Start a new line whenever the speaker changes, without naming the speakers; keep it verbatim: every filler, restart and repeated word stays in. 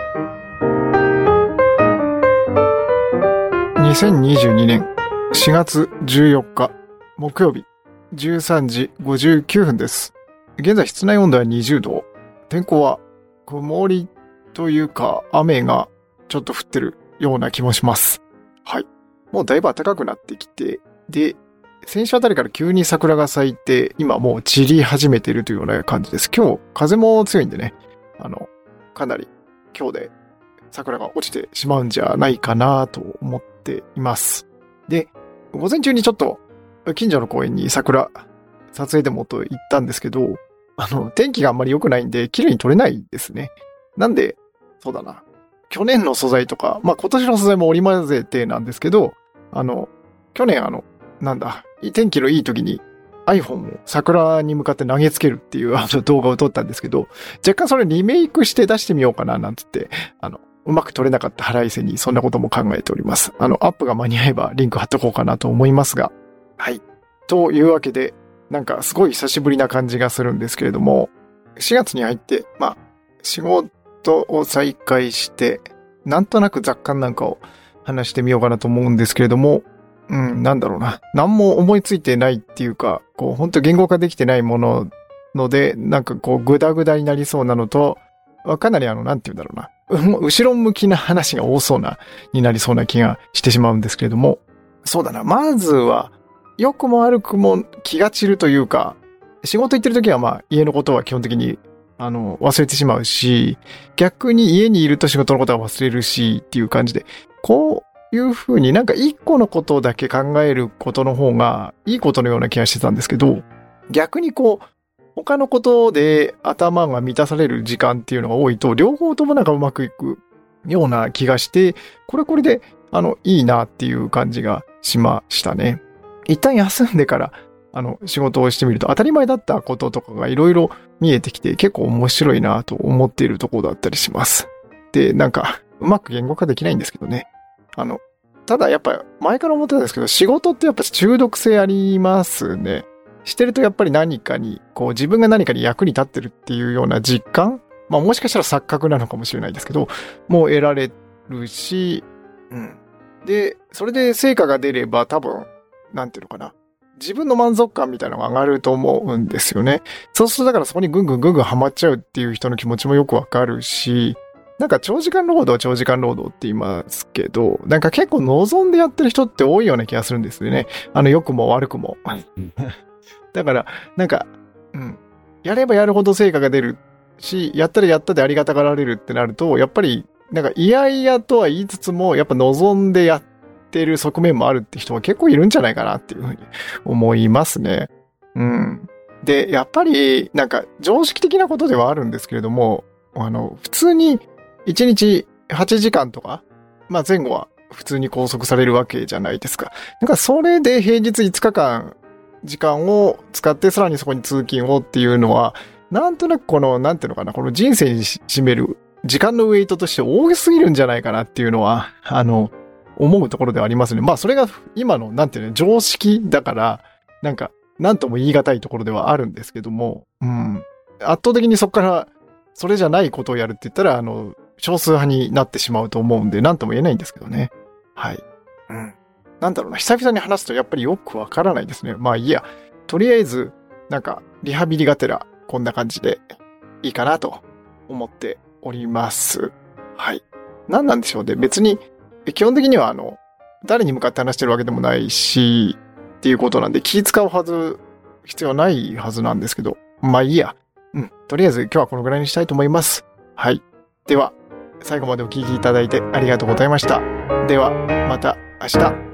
にせんにじゅうにねんしがつじゅうよっか木曜日じゅうさんじごじゅうきゅうふんです。現在室内温度はにじゅうど、天候は曇りというか雨がちょっと降ってるような気もします。はい。もうだいぶ暖かくなってきて、で、先週あたりから急に桜が咲いて、今もう散り始めているというような感じです。今日風も強いんでね、あの、かなり今日で桜が落ちてしまうんじゃないかなと思っています。で、午前中にちょっと近所の公園に桜撮影でもと行ったんですけど、あの、天気があんまり良くないんで綺麗に撮れないですね。なんで、そうだな。去年の素材とか、まあ今年の素材も織り交ぜてなんですけど、あの、去年あの、なんだ、天気のいい時に iPhone を桜に向かって投げつけるっていうあの動画を撮ったんですけど、若干それリメイクして出してみようかななんつって、あの、うまく撮れなかった腹いせにそんなことも考えております。あの、アップが間に合えばリンク貼っとこうかなと思いますが。はい。というわけで、なんかすごい久しぶりな感じがするんですけれども、しがつに入って、まあ、仕事を再開して、なんとなく雑感なんかを話してみようかなと思うんですけれども、うん、なんだろうな。何も思いついてないっていうか、こう、本当言語化できてないものので、なんかこう、グダグダになりそうなのと、かなりあの、なんて言うんだろうな。後ろ向きな話が多そうな、になりそうな気がしてしまうんですけれども、そうだな。まずは、良くも悪くも気が散るというか、仕事行ってる時はまあ、家のことは基本的に、あの、忘れてしまうし、逆に家にいると仕事のことは忘れるし、っていう感じで、こう、いう風になんか一個のことだけ考えることの方がいいことのような気がしてたんですけど、逆にこう、他のことで頭が満たされる時間っていうのが多いと、両方ともなんかうまくいくような気がして、これこれで、あの、いいなっていう感じがしましたね。一旦休んでから、あの、仕事をしてみると当たり前だったこととかがいろいろ見えてきて結構面白いなと思っているところだったりします。で、なんか、うまく言語化できないんですけどね。あの、ただやっぱ前から思ってたんですけど、仕事ってやっぱ中毒性ありますね。してるとやっぱり何かに、こう自分が何かに役に立ってるっていうような実感、まあもしかしたら錯覚なのかもしれないですけど、もう得られるし、うん。で、それで成果が出れば多分、なんていうのかな。自分の満足感みたいなのが上がると思うんですよね。そうするとだからそこにぐんぐんぐんぐんハマっちゃうっていう人の気持ちもよくわかるし、なんか長時間労働は長時間労働って言いますけど、なんか結構望んでやってる人って多いような気がするんですよね。あの良くも悪くも。だから、なんか、うん。やればやるほど成果が出るし、やったらやったでありがたがられるってなると、やっぱり、なんか嫌々とは言いつつも、やっぱ望んでやってる側面もあるって人は結構いるんじゃないかなっていうふうに思いますね。うん。で、やっぱり、なんか常識的なことではあるんですけれども、あの、普通に、いちにちはちじかんとか、まあ前後は普通に拘束されるわけじゃないですか。なんかそれで平日いつかかん時間を使ってさらにそこに通勤をっていうのは、なんとなくこの、なんていうのかな、この人生に占める時間のウェイトとして多すぎるんじゃないかなっていうのは、あの、思うところではありますね。まあそれが今の、なんていうの、常識だから、なんか、なんとも言い難いところではあるんですけども、うん。圧倒的にそこから、それじゃないことをやるって言ったら、あの、少数派になってしまうと思うんで、なんとも言えないんですけどね。はい。うん。なんだろうな、久々に話すとやっぱりよくわからないですね。まあいいや。とりあえず、なんか、リハビリがてら、こんな感じでいいかなと思っております。はい。なんなんでしょうね。別に、基本的にはあの、誰に向かって話してるわけでもないし、っていうことなんで気使うはず、必要ないはずなんですけど、まあいいや。うん。とりあえず今日はこのぐらいにしたいと思います。はい。では、最後までお聞きいただいてありがとうございました。では、また明日。